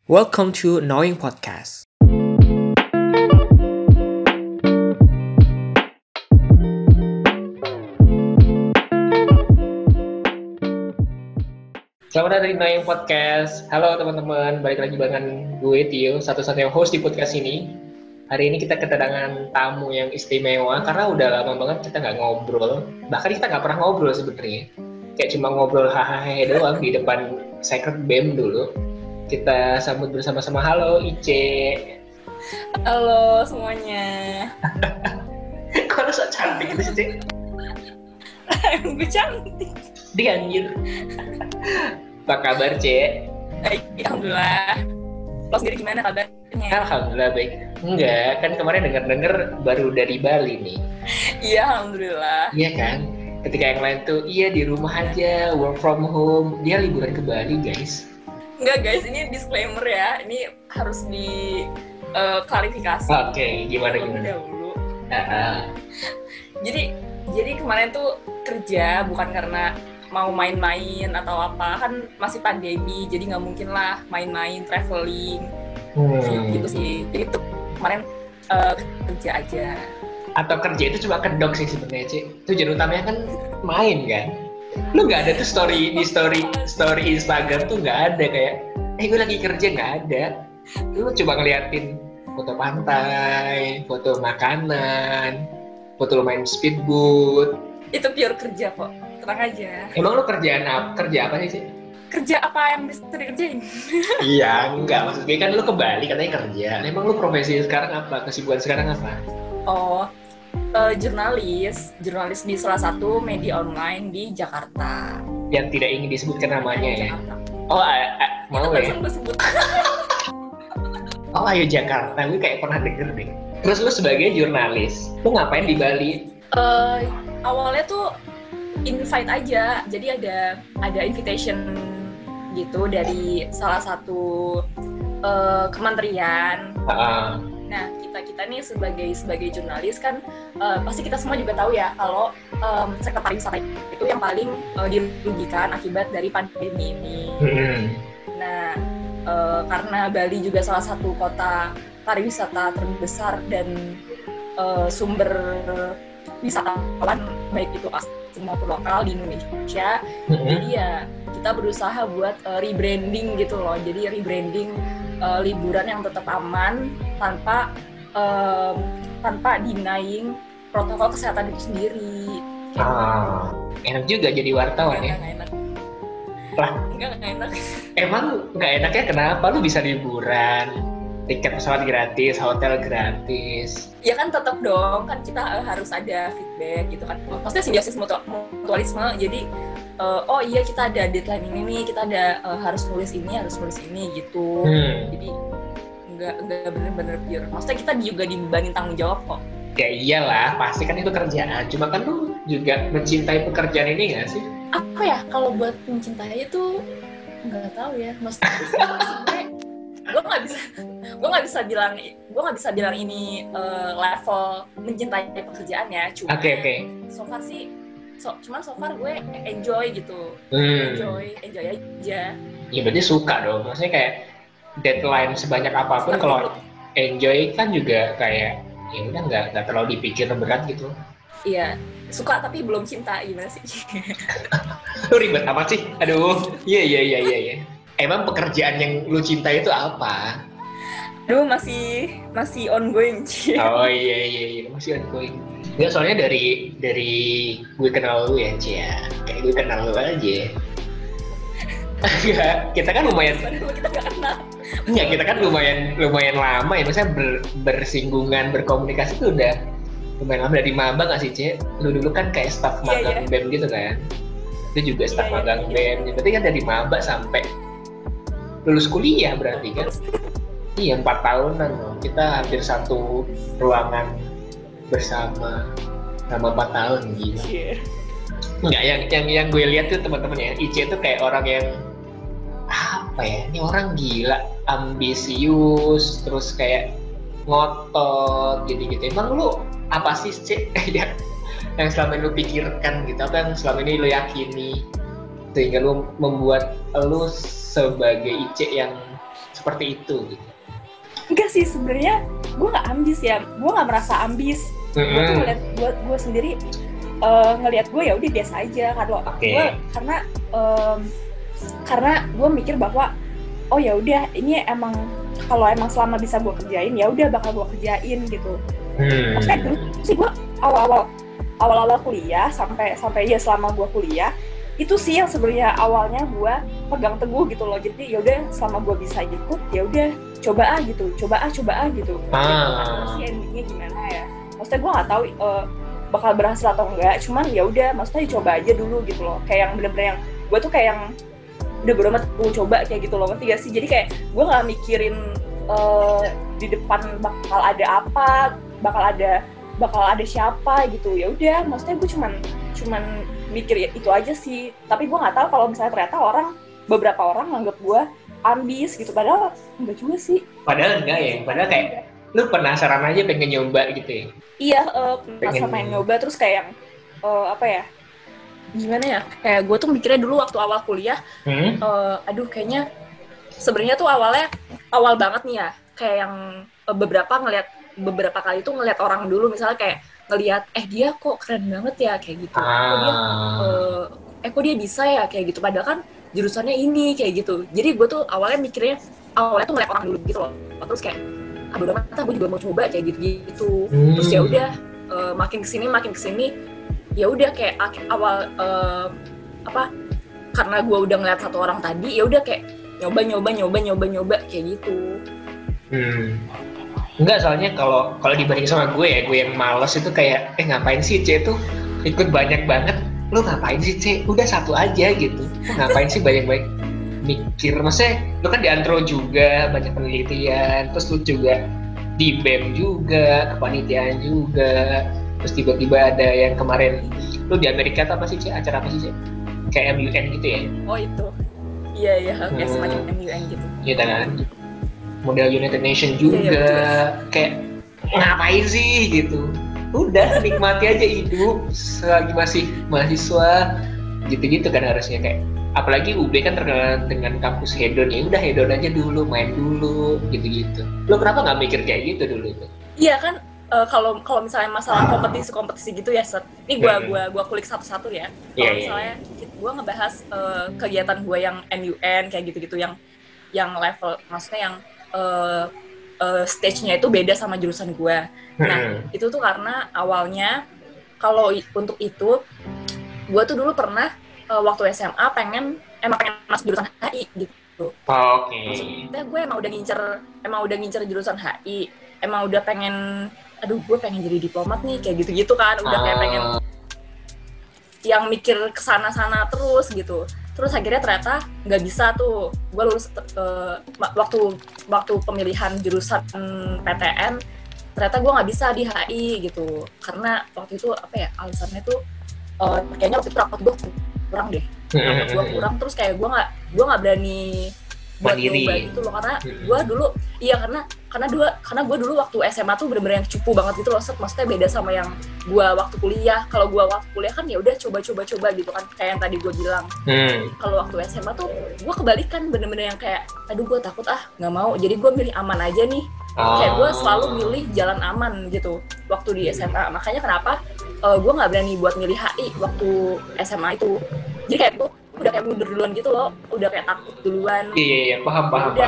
Welcome to Knowing Podcast. Selamat datang di Knowing Podcast. Halo teman-teman, balik lagi dengan gue Tio, satu-satunya host di podcast ini. Hari ini kita kedatangan tamu yang istimewa karena udah lama banget kita nggak ngobrol. Bahkan kita nggak pernah ngobrol sebenarnya. Kayak cuma ngobrol hahaha doang di depan Secret BEM dulu. Kita sambut bersama-sama. Halo Ice. Halo semuanya. Kok lu sok cantik gitu sih, Cek? Gue cantik. Dia anjir. Apa kabar, Cek? Alhamdulillah. Lo sendiri gimana kabarnya? Alhamdulillah baik. Enggak, kan kemarin denger baru dari Bali nih. Iya, alhamdulillah. Iya kan? Ketika yang lain tuh, iya di rumah aja, work from home. Dia liburan ke Bali, guys. Enggak guys, ini disclaimer ya. Ini harus di klarifikasi. Oke, gimana? Dahulu. Jadi kemarin tuh kerja bukan karena mau main-main atau apa, kan masih pandemi, jadi nggak mungkin lah main-main, traveling, gitu sih. Jadi tuh kemarin kerja aja. Atau kerja itu cuma kedok sih sebenarnya, Cik. Tujuan utamanya kan main kan. Lu nggak ada tuh story Instagram tuh nggak ada kayak, gue lagi kerja, nggak ada. Lu cuma ngeliatin foto pantai, foto makanan, foto lu main speedboat. Itu pure kerja kok, tenang aja. Emang lu kerja apa sih? Kerja apa yang bisa dikerjain? Iya, enggak. Maksud gue kan lu ke Bali katanya kerja. Emang lu profesi sekarang apa? Kesibukan sekarang apa? Oh, jurnalis di salah satu media online di Jakarta. Yang tidak ingin disebutkan namanya ya? Oh, mau ya? Itu sebut. Oh, Ayo Jakarta. Gue kayak pernah denger deh. Terus lu sebagai jurnalis, lu ngapain di Bali? Awalnya tuh invite aja, jadi ada invitation gitu dari salah satu kementerian. Nah kita nih sebagai jurnalis kan pasti kita semua juga tahu ya kalau sektor pariwisata itu yang paling dirugikan akibat dari pandemi ini. Nah karena Bali juga salah satu kota pariwisata terbesar dan sumber wisatawan baik itu asing maupun lokal di Indonesia. Jadi ya kita berusaha buat rebranding gitu loh. Jadi rebranding liburan yang tetap aman tanpa denying protokol kesehatan itu sendiri. Enak juga jadi wartawan ya. Nggak enak. Lah, nggak enak. Emang nggak enaknya kenapa? Lu bisa liburan, tiket pesawat gratis, hotel gratis. Ya kan tetap dong, kan kita harus ada feedback gitu kan. Maksudnya simbiosis mutualisme. Jadi oh iya kita ada deadline ini nih, kita ada harus nulis ini gitu. Jadi nggak bener-bener pure. Maksudnya kita juga dibebanin tanggung jawab kok. Ya iyalah, pasti kan itu kerjaan. Cuma kan lu juga mencintai pekerjaan ini nggak sih? Apa ya, kalau buat mencintai itu nggak tahu ya. Maksudnya gue nggak bisa bilang ini level mencintai pekerjaan ya. Cuma so far sih cuman so far gue enjoy gitu. Enjoy aja. Ya berarti suka dong. Maksudnya kayak deadline sebanyak apapun kalau enjoy kan juga kayak ya udah nggak terlalu dipikir berat gitu. Iya, suka tapi belum cinta, gimana sih? Lu ribet amat sih? Aduh, iya. Emang pekerjaan yang lu cinta itu apa? Aduh, masih ongoing sih. Oh iya, masih ongoing. Enggak, soalnya dari gue kenal lu ya, Cia. Kayak gue kenal lu aja. Enggak, kita kan lumayan. Kita nggak kenal. Enggak, kita kan lumayan lama ya. Maksudnya bersinggungan, berkomunikasi tuh udah lumayan lama dari maba nggak sih, Cek? Lu dulu kan kayak staff magang BEM gitu kan? Itu juga staff magang BEM. Berarti kan dari maba sampai lulus kuliah berarti kan? Iya, 4 tahunan loh. Kita hampir satu ruangan bersama selama 4 tahun gitu. Enggak, yang gue lihat tuh teman-teman ya, Ice tuh kayak orang yang apa ya? Ini orang gila, ambisius, terus kayak ngotot gitu-gitu. Emang lu apa sih, Cek, yang selama ini lu pikirkan gitu, apa yang selama ini lu yakini sehingga lu membuat lu sebagai Ice yang seperti itu gitu? Enggak sih, sebenarnya gue nggak ambis ya, gue nggak merasa ambis. Gue tuh ngeliat gue sendiri ngelihat gue ya udah biasa aja kalau gue, karena gue mikir bahwa oh ya udah ini emang kalau emang selama bisa gue kerjain ya udah bakal gue kerjain gitu. Maksudnya dulu sih gue awal-awal kuliah sampai ya selama gue kuliah itu sih yang sebenarnya awalnya gue pegang teguh gitu loh. Jadi ya udah selama gue bisa ikut ya udah coba gitu. Terus sih endingnya gimana ya? Maksudnya gue nggak tahu bakal berhasil atau enggak. Cuman ya udah, maksudnya coba aja dulu gitu loh. Kayak yang bener-bener yang gue tuh kayak yang udah beromat gue coba kayak gitu loh. Ngerti gak sih? Jadi kayak gue nggak mikirin di depan bakal ada apa, bakal ada siapa gitu. Ya udah, maksudnya gue cuman mikir itu aja sih. Tapi gue nggak tahu kalau misalnya ternyata beberapa orang nganggap gue ambis gitu, padahal enggak juga sih. Padahal enggak ya, padahal kayak lu penasaran aja pengen nyoba gitu ya. Iya, penasaran pengen nyoba, terus kayak yang apa ya, gimana ya, kayak gue tuh mikirnya dulu waktu awal kuliah, aduh kayaknya sebenarnya tuh awal banget nih ya, kayak yang beberapa kali tuh ngeliat orang dulu, misalnya kayak ngeliat dia kok keren banget ya kayak gitu, kok dia bisa ya kayak gitu, padahal kan jurusannya ini kayak gitu. Jadi gue tuh awalnya tuh ngeliat orang dulu gitu loh, terus kayak bodo amat, gue juga mau coba kayak gitu. Terus ya udah makin kesini ya udah kayak awal karena gue udah ngeliat satu orang tadi, ya udah kayak nyoba kayak gitu. Enggak, soalnya kalau dibanding sama gue ya, gue yang malas itu kayak ngapain sih C tuh ikut banyak banget, lu ngapain sih C, udah satu aja gitu, ngapain sih banyak-banyak mikir. Maksudnya lu kan di Antro juga banyak penelitian, terus lu juga di BEM juga, kepanitiaan juga, terus tiba-tiba ada yang kemarin lu di Amerika tuh apa sih C, acara apa sih C, kayak MUN gitu ya? Oh itu, iya kayak semacam MUN gitu. Iya kan, model United Nation juga, kayak ngapain sih gitu, udah nikmati aja hidup selagi masih mahasiswa gitu-gitu kan harusnya. Kayak apalagi UB kan terkenal dengan kampus hedon, ya udah hedon aja dulu, main dulu gitu-gitu. Lo kenapa nggak mikir kayak gitu dulu? Iya kan, kalau misalnya masalah kompetisi gitu ya, ini gue kulik satu-satu ya. Kalau misalnya gue ngebahas kegiatan gue yang MUN kayak gitu-gitu, yang level, maksudnya yang stage-nya itu beda sama jurusan gue. Nah, itu tuh karena awalnya kalau untuk itu gue tuh dulu pernah waktu SMA pengen masuk jurusan HI gitu. Maksudnya gue emang udah ngincer jurusan HI, emang udah pengen, gue pengen jadi diplomat nih kayak gitu-gitu kan, udah kayak pengen yang mikir kesana-sana terus gitu. Terus akhirnya ternyata nggak bisa tuh, gue lulus waktu pemilihan jurusan PTN, ternyata gue nggak bisa di HI gitu, karena waktu itu alasannya tuh kayaknya waktu itu rapot gue kurang deh, terus kayak gue nggak berani buat nyoba gitu loh, karena gue dulu karena gue dulu waktu SMA tuh bener-bener yang cupu banget gitu loh, maksudnya beda sama yang gue waktu kuliah. Kalau gue waktu kuliah kan ya udah coba gitu kan, kayak yang tadi gue bilang. Kalau waktu SMA tuh gue kebalikan, bener-bener yang kayak gue takut nggak mau, jadi gue milih aman aja nih. Kayak gue selalu milih jalan aman gitu waktu di SMA. Makanya kenapa gue nggak berani buat milih HI waktu SMA itu. Jadi kayak gue udah kayak mundur duluan gitu loh, udah kayak takut duluan. Iya, paham.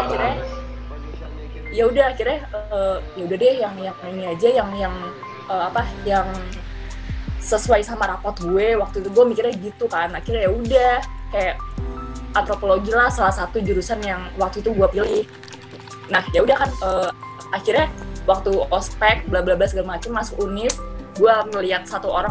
Ya udah akhirnya ya udah deh yang ini aja, yang sesuai sama rapot gue waktu itu. Gue mikirnya gitu kan. Akhirnya ya udah kayak antropologi lah salah satu jurusan yang waktu itu gue pilih. Nah ya udah kan akhirnya waktu ospek bla bla bla segala macam masuk UNIF, gue ngeliat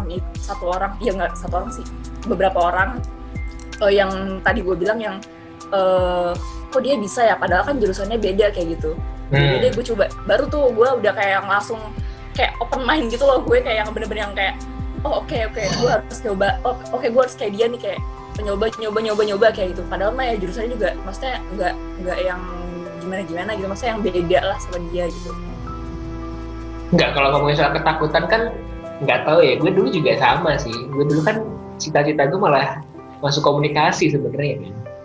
beberapa orang yang tadi gue bilang yang kok dia bisa ya, padahal kan jurusannya beda kayak gitu. Jadi gue coba, baru tuh gue udah kayak langsung kayak open mind gitu loh, gue kayak yang bener-bener yang kayak oke, gue harus coba, gue harus kayak dia nih, kayak nyoba kayak gitu. Padahal mah ya jurusannya juga maksudnya nggak yang gimana gitu, maksudnya yang beda lah sama dia gitu. Nggak, kalau ngomongin soal ketakutan kan nggak tahu ya, gue dulu juga sama sih. Gue dulu kan cita-cita gue malah masuk komunikasi sebenarnya kan.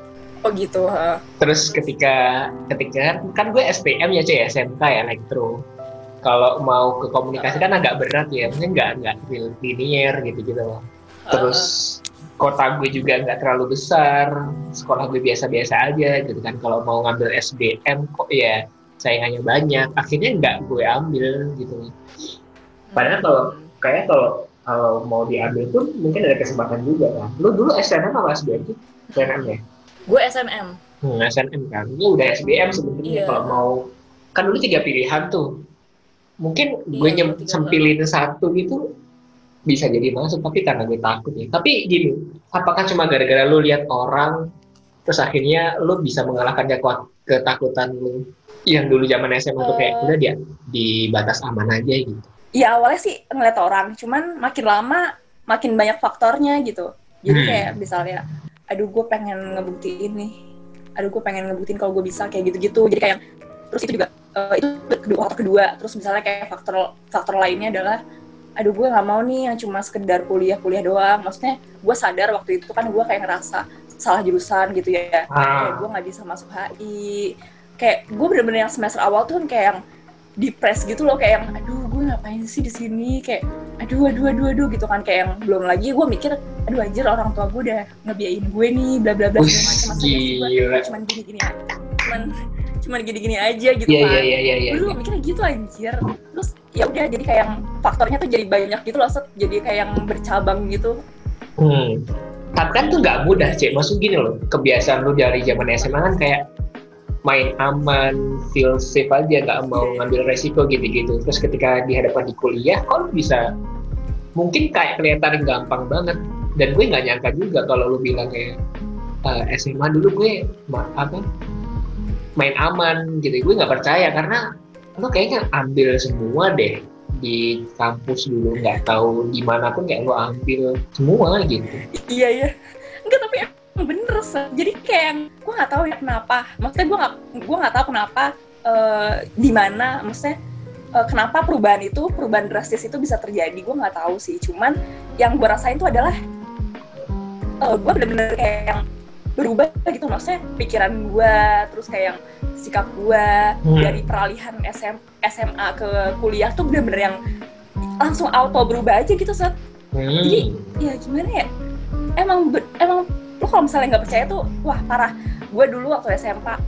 Oh gitu. Terus ketika kan gue STM ya cuy, SMK ya elektro. Kalau mau ke komunikasi kan agak berat ya, mungkin nggak linear gitu loh. Terus kota gue juga nggak terlalu besar, sekolah gue biasa-biasa aja gitu kan. Kalau mau ngambil SBM kok ya saingannya banyak, akhirnya nggak gue ambil gitu. Padahal kalau mau diambil tuh mungkin ada kesempatan juga kan. Lu dulu SNM apa SBM tuh? SNM ya? Gue SNM. SNM kan. Ini udah SBM sebenarnya kalau mau, kan dulu 3 pilihan tuh. Mungkin gue sempilin satu gitu bisa jadi masuk, tapi karena gue takut ya. Tapi gini, apakah cuma gara-gara lu lihat orang terus akhirnya lu bisa mengalahkan ketakutan lu yang dulu zaman SMA tuh kayak udah dia di batas aman aja gitu? Ya awalnya sih ngeliat orang, cuman makin lama makin banyak faktornya gitu. Jadi kayak misalnya, aduh gue pengen ngebuktiin nih, aduh gue pengen ngebuktiin kalau gue bisa kayak gitu-gitu. Jadi kayak terus itu juga itu faktor kedua. Terus misalnya kayak faktor lainnya adalah, aduh gue nggak mau nih yang cuma sekedar kuliah doang. Maksudnya gue sadar waktu itu kan gue kayak ngerasa salah jurusan gitu ya. Kayak gue nggak bisa masuk HI. Kayak gue bener-bener yang semester awal tuh kayak yang depres gitu loh, kayak yang aduh gue ngapain sih di sini, kayak aduh gitu kan. Kayak yang belum lagi gue mikir aduh anjir orang tua gue udah ngebiayain gue nih bla bla bla segala macam, masa gue cuman gini aja gitu kan. Gue dulu mikirnya gitu anjir. Terus ya udah jadi kayak yang faktornya tuh jadi banyak gitu loh, jadi kayak yang bercabang gitu. Tapi kan tuh nggak mudah Cek, maksud gini loh, kebiasaan lu dari zaman SMA kan kayak main aman, feel safe aja, nggak mau ngambil resiko gitu-gitu. Terus ketika dihadapkan di kuliah, kok bisa mungkin kayak kelihatan gampang banget. Dan gue nggak nyangka juga kalau lu bilang kayak SMA dulu gue main aman gitu. Gue nggak percaya karena lu kayaknya ambil semua deh di kampus dulu, nggak tahu di mana pun kayak lu ambil semua gitu. Iya. Enggak, tapi bener sih. Jadi kayak gue nggak tahu ya kenapa. Maksudnya gue nggak tahu kenapa di mana. Maksudnya kenapa perubahan drastis itu bisa terjadi. Gue nggak tahu sih. Cuman yang gue rasain tuh adalah gue bener-bener kayak yang berubah gitu. Maksudnya pikiran gue, terus kayak yang sikap gue dari peralihan SMA ke kuliah tuh bener-bener yang langsung auto berubah aja gitu Set. Jadi ya gimana ya? Emang lu kalau misalnya nggak percaya tuh wah parah. Gue dulu waktu SMP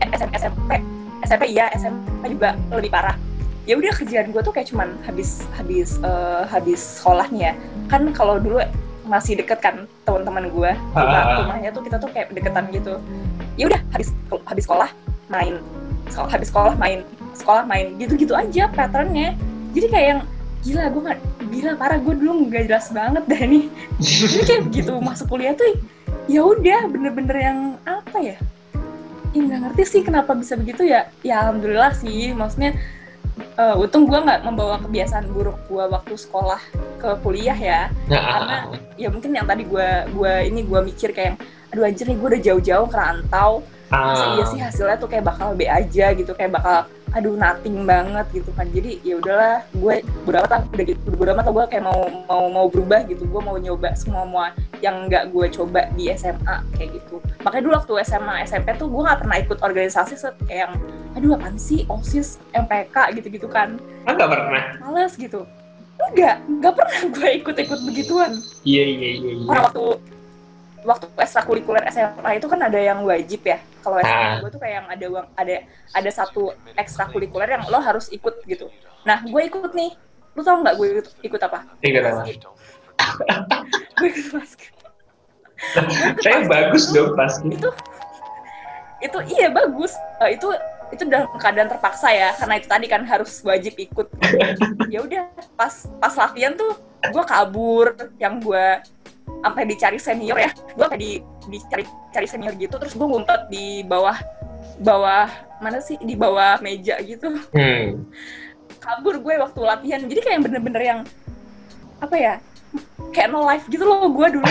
juga lebih parah. Ya udah kerjaan gue tuh kayak cuman habis sekolahnya ya. Kan kalau dulu masih deket kan teman-teman gue, rumahnya tuh kita tuh kayak deketan gitu. Ya udah habis sekolah main, sekolah main gitu-gitu aja patternnya. Jadi kayak yang gila parah, gue dulu nggak jelas banget dah nih. Jadi kayak begitu masuk kuliah tuh ya udah bener-bener yang apa ya? Ya nggak ngerti sih kenapa bisa begitu ya. Ya alhamdulillah sih, maksudnya untung gue nggak membawa kebiasaan buruk gue waktu sekolah ke kuliah ya. Karena ya mungkin yang tadi gue mikir kayak aduh anjir nih gue udah jauh-jauh kerantau. Masa iya sih hasilnya tuh kayak bakal B aja gitu, kayak bakal aduh nothing banget gitu kan. Jadi ya udahlah, gue bodo amat gue kayak mau berubah gitu. Gue mau nyoba semua yang nggak gue coba di SMA kayak gitu. Makanya dulu waktu SMA SMP tuh gue nggak pernah ikut organisasi kayak yang aduh apaan sih OSIS MPK gitu kan. Nggak pernah, males gitu. Nggak pernah gue ikut begituan. Iya. Orang waktu ekstrakurikuler SMA itu kan ada yang wajib ya. Kalau SMA gue tuh kayak yang ada satu ekstrakurikuler yang lo harus ikut gitu. Nah gue ikut nih. Lo tau nggak gue ikut apa? Ikut apa? Gue ikut basket. Kayak bagus dong basket. Itu iya bagus. Itu dalam keadaan terpaksa ya, karena itu tadi kan harus wajib ikut. Ya udah pas latihan tuh gue kabur, yang gue sampai dicari senior ya, gue sampai dicari senior gitu, terus gue ngumpet di bawah mana sih, di bawah meja gitu. Kabur gue waktu latihan, jadi kayak bener-bener yang apa ya, kayak no life gitu loh gue dulu.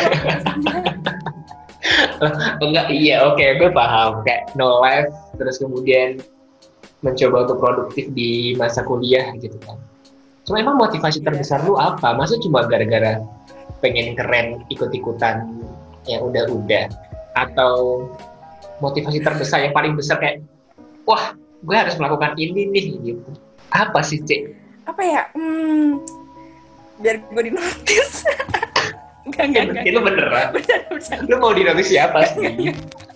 Enggak, iya oke, gue paham, kayak no life, terus kemudian mencoba untuk produktif di masa kuliah gitu kan. Cuma emang motivasi terbesar lu apa? Masa cuma gara-gara pengen keren ikut-ikutan yang udah, atau motivasi terbesar yang paling besar kayak, wah, gue harus melakukan ini nih gitu. Apa sih, Cek? Apa ya? Biar gue dinotis. Enggak. Itu beneran? Bener. Lu mau dinotis siapa sih?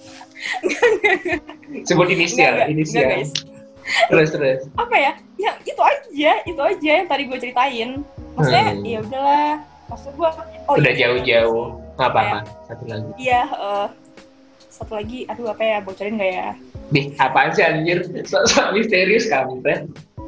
Sebut inisial. Enggak, guys. Terus. Apa ya? Ya itu aja yang tadi gue ceritain. Maksudnya ya udahlah. Maksud gue udah jauh-jauh. Apa? Satu lagi. Iya, satu lagi. Aduh, apa ya? Bocorin nggak ya? Nih, apaan sih anjir? So misterius kampret.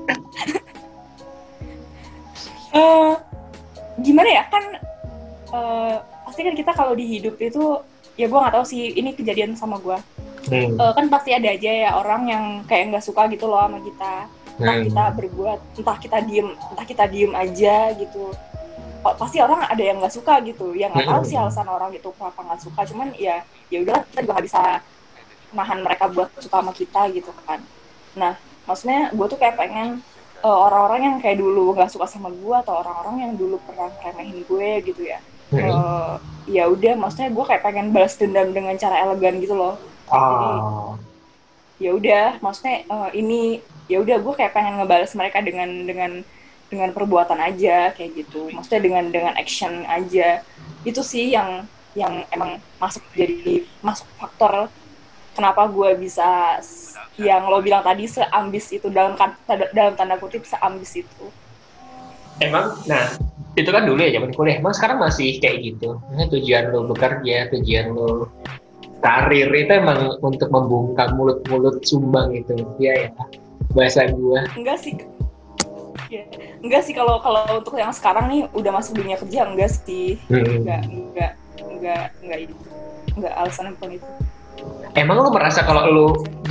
Gimana ya? Kan pasti kan kita kalau di hidup itu, ya gue nggak tahu sih ini kejadian sama gue. Kan pasti ada aja ya orang yang kayak nggak suka gitu loh sama kita. Entah kita berbuat, entah kita diem aja gitu. Pasti orang ada yang nggak suka gitu. Yang nggak tahu sih alasan orang itu kenapa nggak suka. Cuman ya udah, kita juga nggak bisa nahan mereka buat suka sama kita gitu kan. Nah, maksudnya gue tuh kayak pengen orang-orang yang kayak dulu nggak suka sama gue, atau orang-orang yang dulu pernah remehin gue gitu ya. Ya udah, maksudnya gue kayak pengen balas dendam dengan cara elegan gitu loh. Jadi ya udah, maksudnya ini ya udah, gue kayak pengen ngebales mereka dengan perbuatan aja kayak gitu. Maksudnya dengan action aja. Itu sih yang emang masuk faktor kenapa gue bisa yang lo bilang tadi seambis itu, dalam tanda kutip seambis itu. Emang, nah itu kan dulu ya zaman kuliah. Emang sekarang masih kayak gitu? Nah, tujuan lo bekerja, tujuan lo karir itu emang untuk membungkam mulut-mulut sumbang itu, ya bahasa gue. Enggak sih kalau untuk yang sekarang nih udah masuk dunia kerja, enggak sih. Enggak alasan apa itu. Emang lu merasa kalau lu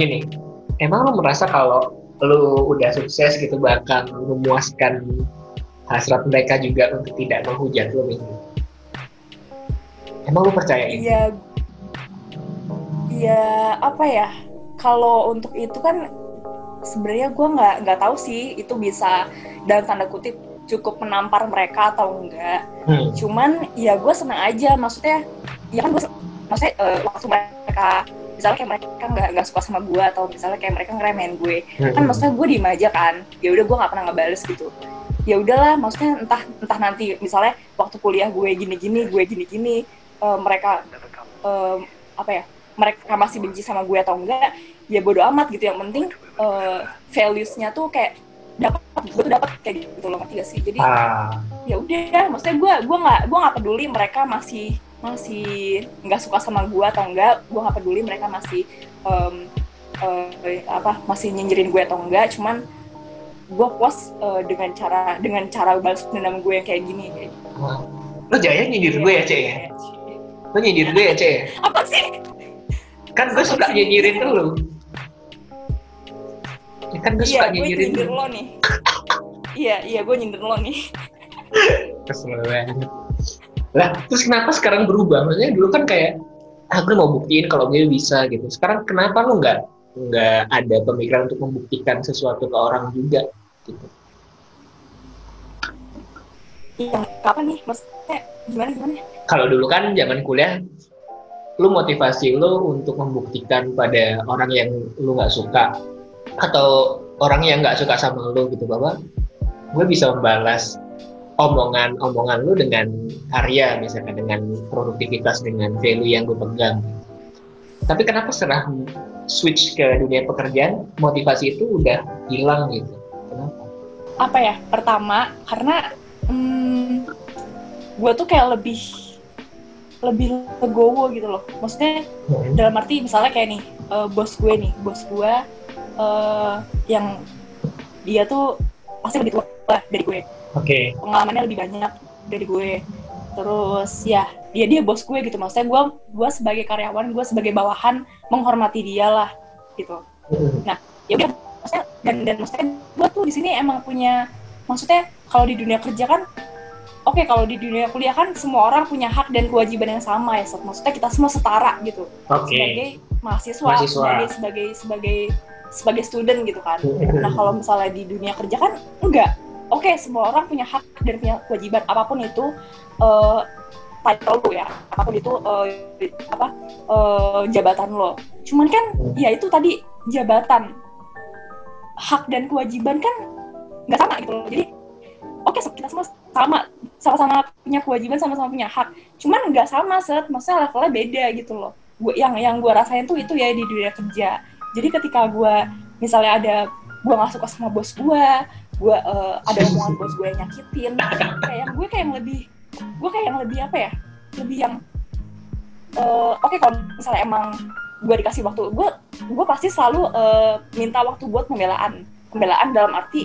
udah sukses gitu bakal memuaskan hasrat mereka juga untuk tidak menghujat lu gitu? Emang lu percaya itu? Iya, apa ya? Kalau untuk itu kan sebenarnya gue nggak tahu sih itu bisa dalam tanda kutip cukup menampar mereka atau enggak. Cuman ya gue senang aja, maksudnya ya kan maksudnya waktu mereka misalnya kayak mereka nggak suka sama gue, atau misalnya kayak mereka ngeremehin gue, kan maksudnya gue diem aja kan. Ya udah, gue nggak pernah ngebales gitu. Ya udahlah, maksudnya entah nanti misalnya waktu kuliah gue gini-gini mereka mereka masih benci sama gue atau enggak, ya bodo amat gitu. Yang penting values-nya tuh kayak dapat kayak gitu loh, ngerti gak sih? Jadi ya udah, maksudnya gue nggak peduli mereka masih nggak suka sama gue atau enggak. Gue nggak peduli mereka masih masih nyinyirin gue atau enggak. Cuman gue puas dengan cara balas dendam gue yang kayak gini. Lo jaya nyindir gue ya, Cek ya? Lo nyindir gue ya, Cek ya? Apa sih? Kan gue suka nyinyirin lo. Ya kan gue suka nyinyirin lo nih. Iya, gue nyindir lo nih. Kesel banget. Lah, terus kenapa sekarang berubah? Maksudnya dulu kan kayak, gue mau buktiin kalau gue bisa gitu. Sekarang kenapa lo nggak ada pemikiran untuk membuktikan sesuatu ke orang juga gitu? Iya, kapan nih? Maksudnya gimana? Kalau dulu kan zaman kuliah, lu motivasi lu untuk membuktikan pada orang yang lu nggak suka atau orang yang nggak suka sama lu gitu, bahwa gue bisa membalas omongan lu dengan karya, misalkan dengan produktivitas, dengan value yang gue pegang. Tapi kenapa setelah switch ke dunia pekerjaan, motivasi itu udah hilang gitu? Kenapa? Apa ya? Pertama, karena gue tuh kayak lebih legowo gitu loh. Maksudnya dalam arti misalnya kayak nih, bos gue yang dia tuh pasti lebih tua dari gue. Oke. Pengalamannya lebih banyak dari gue. Terus ya dia bos gue gitu. Maksudnya gue sebagai karyawan, gue sebagai bawahan menghormati dia lah gitu. Nah, ya udah, maksudnya dan maksudnya gue tuh di sini emang punya, maksudnya kalau di dunia kerja kan oke, kalau di dunia kuliah kan semua orang punya hak dan kewajiban yang sama ya, maksudnya kita semua setara gitu. Sebagai mahasiswa. sebagai student gitu kan. Nah, kalau misalnya di dunia kerja kan enggak. Oke, semua orang punya hak dan punya kewajiban apapun itu. title lo ya, apapun itu jabatan lo. Cuman kan ya itu tadi jabatan, hak dan kewajiban kan nggak sama gitu loh. Jadi oke, kita semua sama-sama punya kewajiban, sama-sama punya hak. Cuman nggak sama maksudnya levelnya beda gitu loh. Yang gue rasain tuh itu ya di dunia kerja. Jadi ketika gue misalnya gue nggak suka sama bos gue ada omongan bos gue yang nyakitin, kayak yang lebih apa ya, lebih yang oke, kalau misalnya emang gue dikasih waktu, gue pasti selalu minta waktu buat pembelaan dalam arti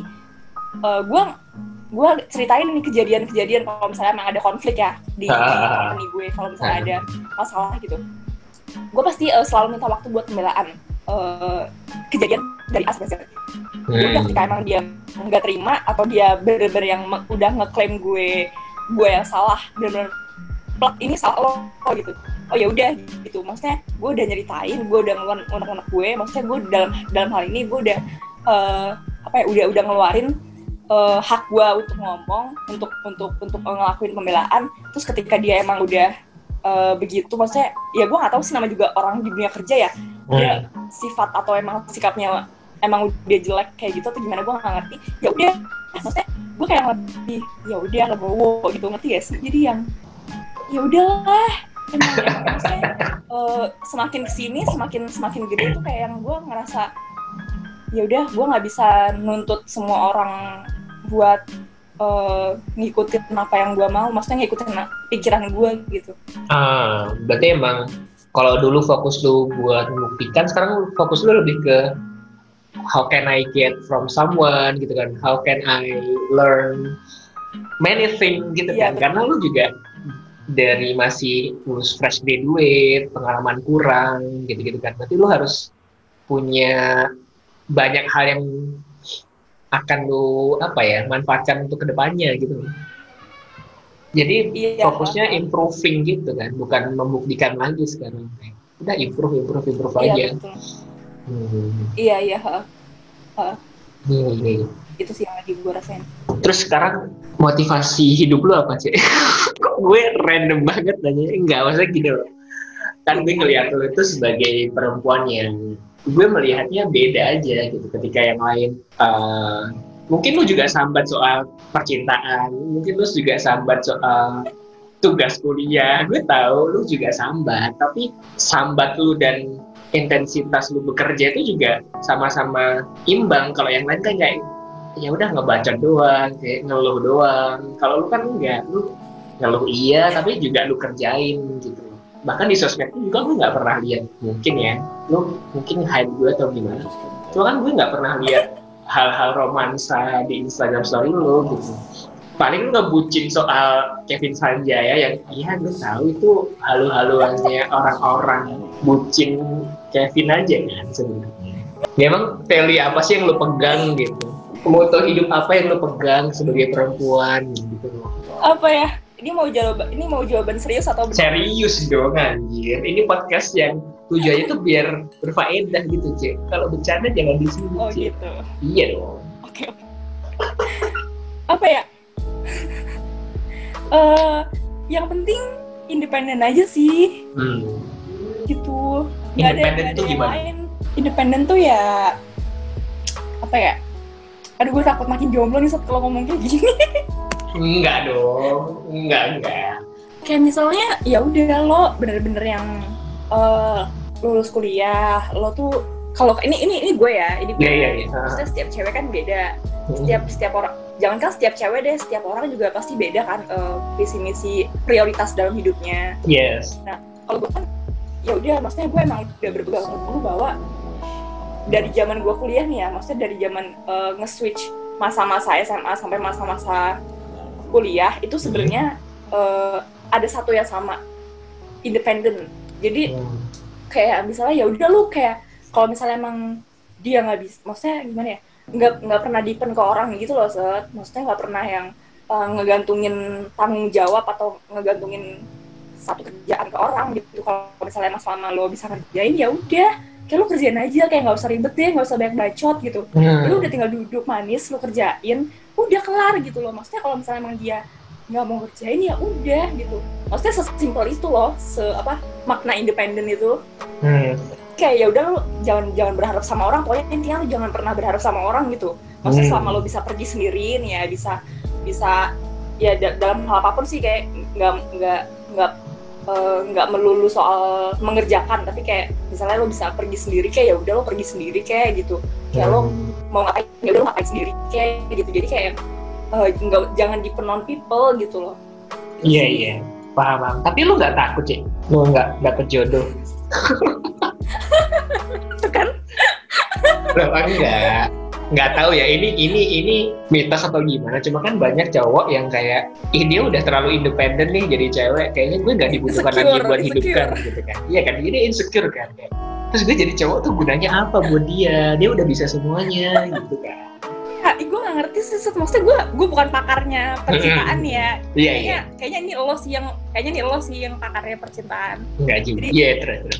gue ceritain nih kejadian kalau misalnya emang ada konflik ya di company gue, kalau misalnya ada masalah gitu, gue pasti selalu minta waktu buat pembelaan kejadian dari A sampai Z. Jadi ketika emang dia nggak terima atau dia bener-bener yang udah ngeklaim gue yang salah, bener-bener plak ini salah lo gitu, oh ya udah gitu, maksudnya gue udah nyeritain, gue udah ngunek-ngunek gue, maksudnya gue dalam hal ini gue udah udah ngeluarin hak gue untuk ngomong, untuk ngelakuin pembelaan. Terus ketika dia emang udah begitu, maksudnya ya gue nggak tahu sih, nama juga orang di dunia kerja ya, dia sifat atau emang sikapnya emang udah jelek kayak gitu atau gimana, gue nggak ngerti. Ya udah, maksudnya gue kayak lebih ya udah legowo gitu, ngerti ya sih. Jadi yang ya udahlah, emang maksudnya semakin kesini semakin gede tuh kayak yang gue ngerasa ya udah, gue nggak bisa nuntut semua orang buat ngikutin apa yang gue mau, maksudnya ngikutin pikiran gue gitu. Berarti emang kalau dulu fokus lu buat membuktikan, sekarang fokus lu lebih ke how can I get from someone gitu kan, how can I learn many things gitu kan, karena lu juga dari masih lulus fresh graduate, pengalaman kurang gitu kan, berarti lu harus punya banyak hal yang akan lu manfaatkan untuk kedepannya gitu. Jadi fokusnya improving gitu kan, bukan membuktikan lagi sekarang. Udah improve aja. Betul. Iya. Itu sih yang lagi gue rasain. Terus sekarang motivasi hidup lu apa sih? Kok gue random banget nanya? Enggak, maksudnya gini loh. Kan gue ngeliat lu itu sebagai perempuan yang gue melihatnya beda aja gitu. Ketika yang lain mungkin lu juga sambat soal percintaan, mungkin lu juga sambat soal tugas kuliah, gue tahu lu juga sambat, tapi sambat lu dan intensitas lu bekerja itu juga sama-sama imbang. Kalau yang lain kan kayak ya udah ngebaca doang, kayak ngeluh doang. Kalau lu kan enggak, lu ngeluh iya tapi juga lu kerjain gitu. Bahkan di sosmed juga gue nggak pernah lihat, mungkin ya lu mungkin hide gue atau gimana, cuma kan gue nggak pernah lihat hal-hal romansa di Instagram story lu gitu. Paling lu ngebucin soal Kevin Sanjaya yang iya gue tahu itu halu-haluannya orang-orang bucin Kevin aja kan sebenarnya. Memang value apa sih yang lu pegang gitu? Moto hidup apa yang lu pegang sebagai perempuan gitu? Apa ya? Ini mau jawaban serius atau benar? Serius dong anjir. Ini podcast yang tujuannya tuh biar berfaedah gitu, Cek. Kalau bercanda jangan di sini, Oh, Cek. gitu. Iya dong. Oke. Apa ya? Yang penting independen aja sih. Gitu. Independen tuh gimana? Independen tuh ya apa ya? Aduh, gue takut makin jomblo nih saat kalau ngomong kayak gini. Enggak dong, enggak. Kayak misalnya ya udah lo bener-bener yang lulus kuliah, lo tuh kalau ini gue ya, ini gue. Iya. Maksudnya setiap cewek kan beda, setiap orang, jangankan setiap cewek deh, setiap orang juga pasti beda kan visi misi prioritas dalam hidupnya. Yes. Nah kalau gue kan ya udah, maksudnya gue emang udah berpegang teguh bahwa dari zaman gue kuliah nih ya, maksudnya dari zaman nge-switch masa-masa SMA sampai masa-masa kuliah itu sebenarnya ada satu yang sama, independen. Jadi kayak misalnya ya udah lu kayak kalau misalnya emang dia nggak bisa, maksudnya gimana ya, nggak pernah depend ke orang gitu loh, maksudnya nggak pernah yang ngegantungin tanggung jawab atau ngegantungin satu kerjaan ke orang gitu. Kalau misalnya emang selama lo bisa kerjain ya udah, kayak lo kerjain aja, kayak nggak usah ribet deh, nggak usah banyak bacot gitu. Lo udah tinggal duduk manis, lo kerjain, udah kelar gitu loh. Maksudnya kalau misalnya emang dia nggak mau kerjain ya udah gitu. Maksudnya sesimpel itu loh, makna independen itu. Kayak ya udah lo jangan berharap sama orang, pokoknya intinya lo jangan pernah berharap sama orang gitu. Maksudnya selama lo bisa pergi sendiri nih ya, bisa ya dalam hal apapun sih, kayak nggak melulu soal mengerjakan, tapi kayak misalnya lo bisa pergi sendiri, kayak ya udah lo pergi sendiri kayak gitu. Kayak lo mau ngapain ya udah lo ngapain sendiri kayak gitu. Jadi kayak jangan depend on people gitu loh. Iya, paham. Tapi lu nggak takut sih, lu nggak dapet jodoh? Itu kan? Loh, nggak tahu ya. Ini mitos atau gimana? Cuma kan banyak cowok yang kayak, dia udah terlalu independen nih jadi cewek, kayaknya gue nggak dibutuhkan lagi buat hidupkan gitu kan? Iya kan? Jadi insecure kan? Terus gue jadi cowok tuh gunanya apa buat dia? Dia udah bisa semuanya gitu kan? Ya, gue nggak ngerti sih, maksudnya gue bukan pakarnya percintaan ya. Kayaknya ini lo sih yang pakarnya percintaan. Enggak juga. Iya, terus.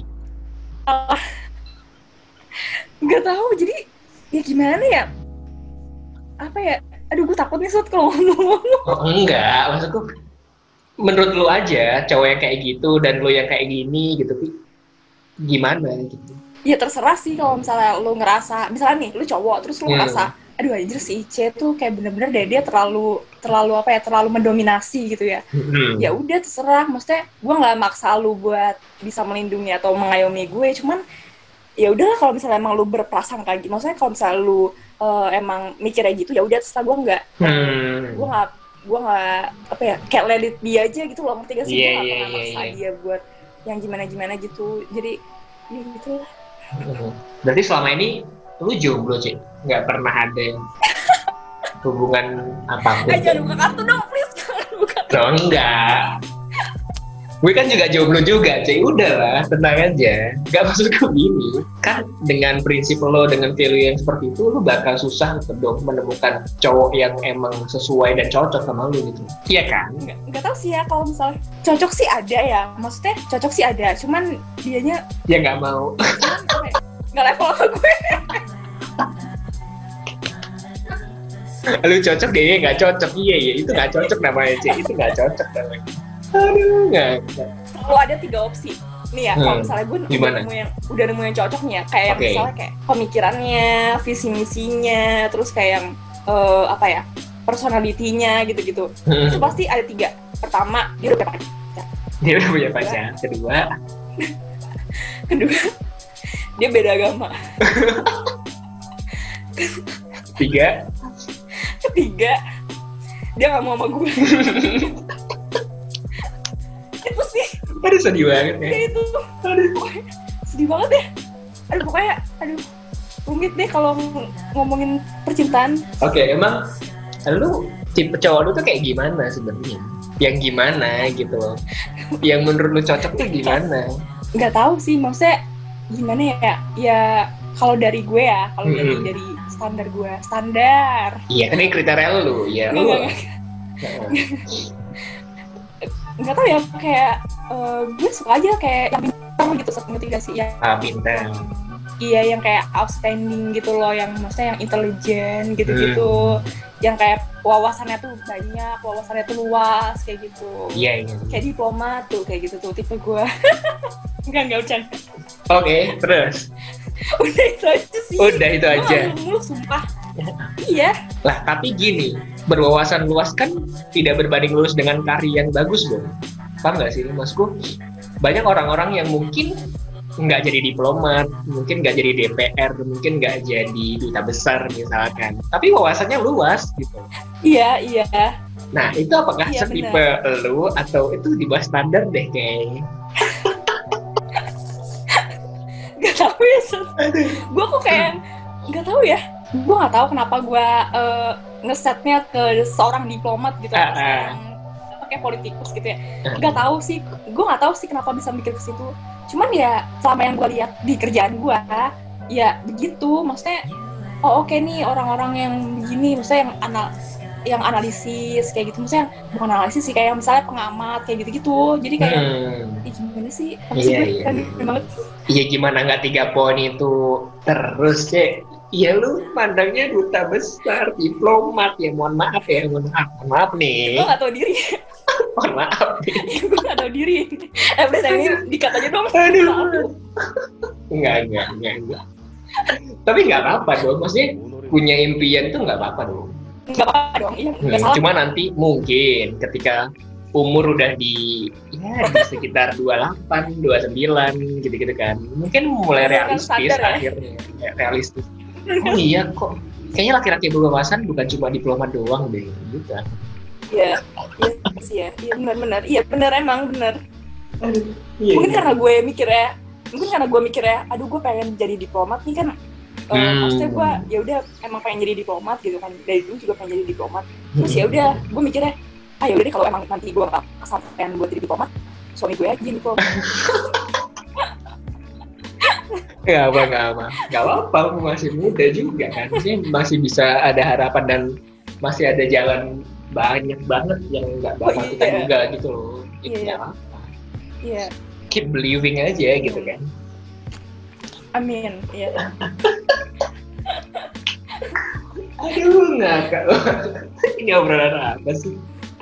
Nggak tahu, jadi ya gimana ya? Apa ya? Aduh, gue takut nih Sud kalau ngomong. Oh, enggak, maksudku menurut lu aja cowok yang kayak gitu dan lu yang kayak gini gitu, gimana gitu? Ya terserah sih, kalau misalnya lu ngerasa, misalnya nih lu cowok terus lu ngerasa, aduh anjir si Ice tuh kayak bener-bener deh dia terlalu mendominasi gitu ya. Ya udah terserah, maksudnya gue nggak maksa lu buat bisa melindungi atau mengayomi gue, cuman ya udahlah kalau misalnya emang lu berprasangka gitu, maksudnya kalau misalnya lu emang mikirnya gitu, ya udah terserah. Gue nggak apa ya, kayak let it be aja gitu loh, ngerti gak sih? Gue nggak pernah maksa dia buat yang gimana gitu, jadi ya gitu lah. Berarti selama ini lu jomblo sih, nggak pernah ada hubungan apapun? Jangan buka kartu dong please, jangan buka kartu. Oh, enggak, gue kan juga jomblo juga, Cik. Udahlah, tenang aja. Gak maksudku gini, kan dengan prinsip lo, dengan value yang seperti itu, lo bakal susah dong menemukan cowok yang emang sesuai dan cocok sama lo gitu. Iya kan? Nggak tahu sih ya, kalau misalnya cocok sih ada ya, maksudnya cocok sih ada, cuman dianya ya nggak mau. Nggak level sama gue. Lu cocok, dia nggak cocok. Iya, itu nggak cocok namanya, Cik. Itu nggak cocok namanya. Aduh, nggak. Kalau ada 3 opsi nih ya, kalau misalnya gue udah nemu yang cocok nih ya, kayak misalnya kayak pemikirannya, visi misinya, terus kayak yang personality-nya gitu-gitu. Itu pasti ada 3. Pertama, dia udah punya pacar. Kedua, dia beda agama. Ketiga, dia nggak mau sama gue. Itu sih. Aduh, sedih banget ya. Itu. Sedih banget ya. Pokoknya rumit deh kalau ngomongin percintaan. Oke, emang lu tipe cowok lu tuh kayak gimana sebenarnya? Yang gimana gitu loh? Yang menurut lu cocok tuh gimana? Nggak tahu sih, maksudnya gimana ya? Ya kalau dari gue ya, dari standar gue, Iya, kan ini kriteria lu, ya lu. Nggak tahu ya, kayak gue suka aja kayak yang pintar gitu, ngerti gak sih ya? Pintar. Iya, yang kayak outstanding gitu loh, yang maksudnya yang intelijen gitu-gitu, yang kayak wawasannya tuh banyak, wawasannya tuh luas kayak gitu. Iya. Kayak diplomat tuh, kayak gitu tuh tipe gue. Enggak bercanda. Oke, terus. Udah itu aja sih. Udah itu aja. Mulu, sumpah. Iya. Lah, tapi gini, berwawasan luas kan tidak berbanding lurus dengan karya yang bagus dong. Paham nggak sih, Masku? Banyak orang-orang yang mungkin nggak jadi diplomat, mungkin nggak jadi DPR, mungkin nggak jadi duta besar misalkan, tapi wawasannya luas gitu. Iya. Nah, itu apakah setipe lu atau itu di bawah standar deh kayaknya? Gak tahu ya, gue kok kayak gak tahu ya. Gue gak tahu kenapa gue ngesetnya ke seorang diplomat gitu, kayak politikus gitu ya. Gak tahu sih, gue gak tahu sih kenapa bisa mikir ke situ. Cuman ya selama yang gue lihat di kerjaan gue, ya begitu. Maksudnya, oke nih orang-orang yang begini, maksudnya yang analisis kayak gitu, maksudnya bukan analisis sih, kayak misalnya pengamat kayak gitu-gitu. Jadi kayak gimana sih? Iya. Iya, gimana nggak 3 poin itu terus, Cek? Iya lu pandangnya duta besar, diplomat ya, mohon maaf nih. Gue nggak tahu diri. Mohon maaf nih. Gue nggak tahu diri. Udah saya ini dikat aja dong. Aduh. Enggak. Tapi nggak apa-apa dong, maksudnya punya impian tuh nggak apa-apa dong. Nggak apa-apa dong, iya nggak salah. Cuma nanti mungkin ketika umur udah di sekitar 28, 29 gitu-gitu kan, mungkin mulai realistis akhirnya, ya, realistis. Oh iya kok, kayaknya laki-laki berwawasan bukan cuma diplomat doang deh, gitu. Iya sih ya, iya benar, iya benar emang benar. Iya, mungkin karena gue mikirnya, aduh gue pengen jadi diplomat nih kan. Maksudnya gue ya udah emang pengen jadi diplomat gitu kan, dari dulu juga pengen jadi diplomat. Terus ya udah gue mikirnya, ya udah deh kalau emang nanti gue nggak kesampaian buat jadi diplomat, suami gue aja diplomat. Gak apa-apa, aku masih muda juga kan, masih bisa ada harapan dan masih ada jalan banyak banget yang nggak bakal kita duga gitu loh. Iya. Iya. Keep believing aja gitu kan. Amin. Iya. Aduh ngakak. Ini obrolan apa sih?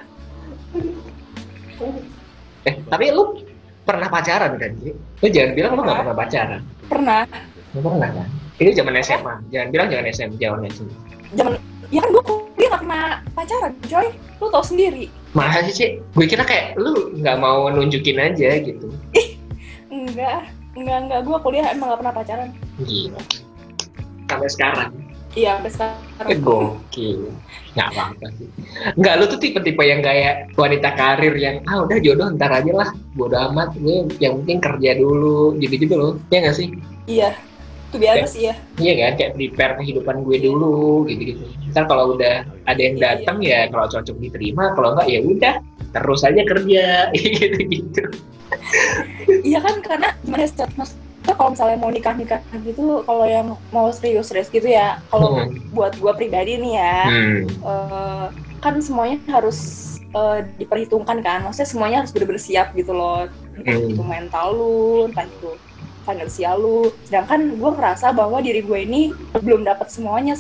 Tapi lu pernah pacaran kan, Ji? Lu jangan bilang lu nggak pernah pacaran. Pernah kan? Ini zaman SMA. Jangan bilang zaman SMA. Ya kan gue kuliah nggak pernah pacaran, coy. Lu tau sendiri. Masa sih, Ci? Gue kira kayak lu nggak mau nunjukin aja gitu. Enggak. Gue kuliah emang nggak pernah pacaran. Gila. Sampai sekarang. Iya, sampai sekarang. Gokil. Nggak apa-apa sih. Nggak, lu tuh tipe-tipe yang kayak wanita karir yang, udah jodoh ntar aja lah. Bodo amat, gue yang penting kerja dulu. Gitu-gitu loh. Iya nggak sih? Iya. Itu biasa sih ya. Iya kan, kayak prepare kehidupan gue dulu. Gitu-gitu. Ntar kalau udah ada yang datang ya kalau cocok diterima. Kalau nggak ya udah. Terus aja kerja. Gitu-gitu. Iya kan, karena gimana sih, kalau misalnya mau nikah gitu, kalau yang mau serius gitu ya, kalau buat gue pribadi nih ya, kan semuanya harus diperhitungkan kan, maksudnya semuanya harus benar-benar siap gitu loh, entah itu mental lu, entah itu finansial lu. Sedangkan gue ngerasa bahwa diri gue ini belum dapat semuanya,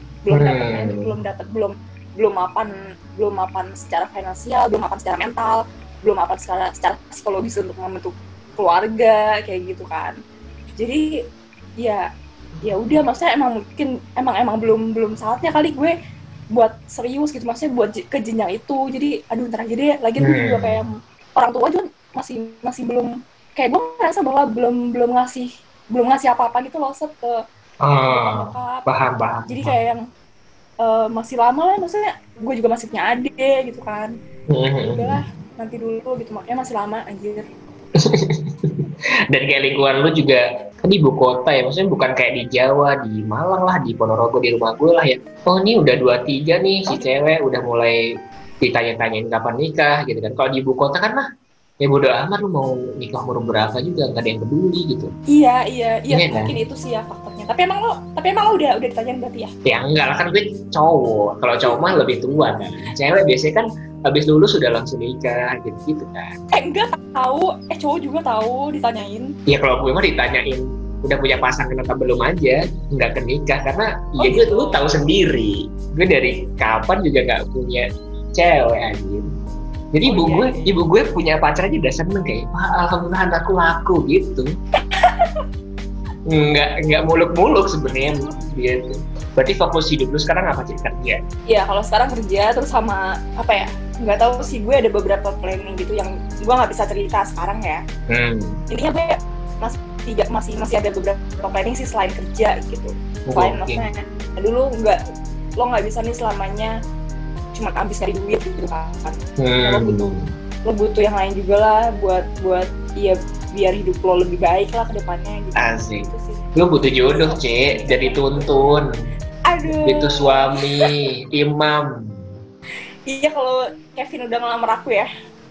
belum mapan secara finansial, belum mapan secara mental, belum mapan secara psikologis untuk membentuk keluarga kayak gitu kan. Jadi ya udah, maksudnya emang belum saatnya kali gue buat serius gitu, maksudnya buat ke jenjang itu. Jadi aduh ntar aja deh, lagi gue juga kayak orang tua juga masih belum, kayak gue ngerasa bahwa belum ngasih apa-apa gitu loh ke bokap. Paham. Jadi kayak yang masih lama lah, maksudnya gue juga masih punya adik gitu kan. Udahlah nanti dulu gitu, makanya masih lama anjir. Dan kayak lingkungan lu juga kan di ibu kota ya, maksudnya bukan kayak di Jawa, di Malang lah, di Ponorogo, di rumah gue lah ya. Oh ini udah 23 nih si cewek, udah mulai ditanya-tanyain kapan nikah gitu kan. Kalau di ibu kota kan lah, ya bodo amat lu mau nikah umur berapa juga, nggak ada yang peduli gitu. Iya mungkin kan? Itu sih ya faktornya. Tapi emang lo udah ditanyain berarti ya? Ya enggak lah, kan gue cowok. Kalau cowok mah lebih tua kan. Cewek biasanya kan habis lulus sudah langsung nikah gitu kan. Enggak tahu, cowok juga tahu ditanyain. Iya, kalau gue mah ditanyain udah punya pasangan atau belum aja, nggak ke nikah, karena gitu. Lu tahu sendiri, gue dari kapan juga nggak punya cewek anjir. Jadi ibu gue punya pacar aja udah seneng kayak, wah alhamdulillah anakku laku gitu. Nggak muluk-muluk sebenarnya gitu. Berarti fokus hidup lu sekarang apa sih? Kerja? Iya, kalau sekarang kerja, terus sama apa ya? Nggak tahu sih, gue ada beberapa planning gitu yang gue nggak bisa cerita sekarang ya. Intinya gue masih ada beberapa planning sih selain kerja gitu. Selain maksudnya, dulu lo nggak bisa nih selamanya cuma habis cari duit gitu kan. Lo butuh yang lain juga lah buat ya biar hidup lo lebih baik lah ke depannya gitu. Asik. Gitu sih. Lo butuh jodoh, Cek, jadi tuntun. Aduh. Itu suami, imam. Iya, kalau Kevin udah ngelamar aku ya.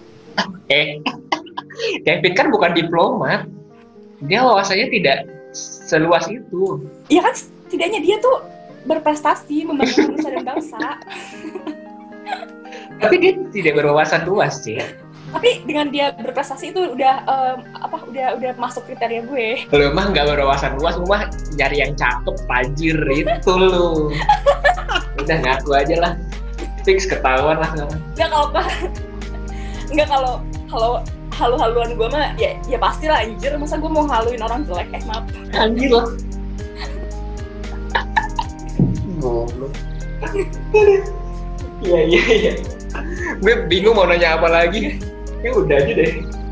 Kevin kan bukan diplomat. Dia wawasannya tidak seluas itu. Iya kan, setidaknya dia tuh berprestasi membangun bangsa dan bangsa. Tapi dia tidak berwawasan luas, Cek. Tapi dengan dia berprestasi itu udah udah masuk kriteria gue. Lu mah nggak berwawasan luas, lu mah nyari yang cakep, tajir itu lu. Udah ngaku aja lah, fix ketahuan lah sekarang. Nggak kalau halu-haluan gue mah ya pasti lah anjir, masa gue mau haluin orang jelek, maaf. Anjir lah. Goblok. Iya. Gue bingung mau nanya apa lagi. Ya udah aja deh.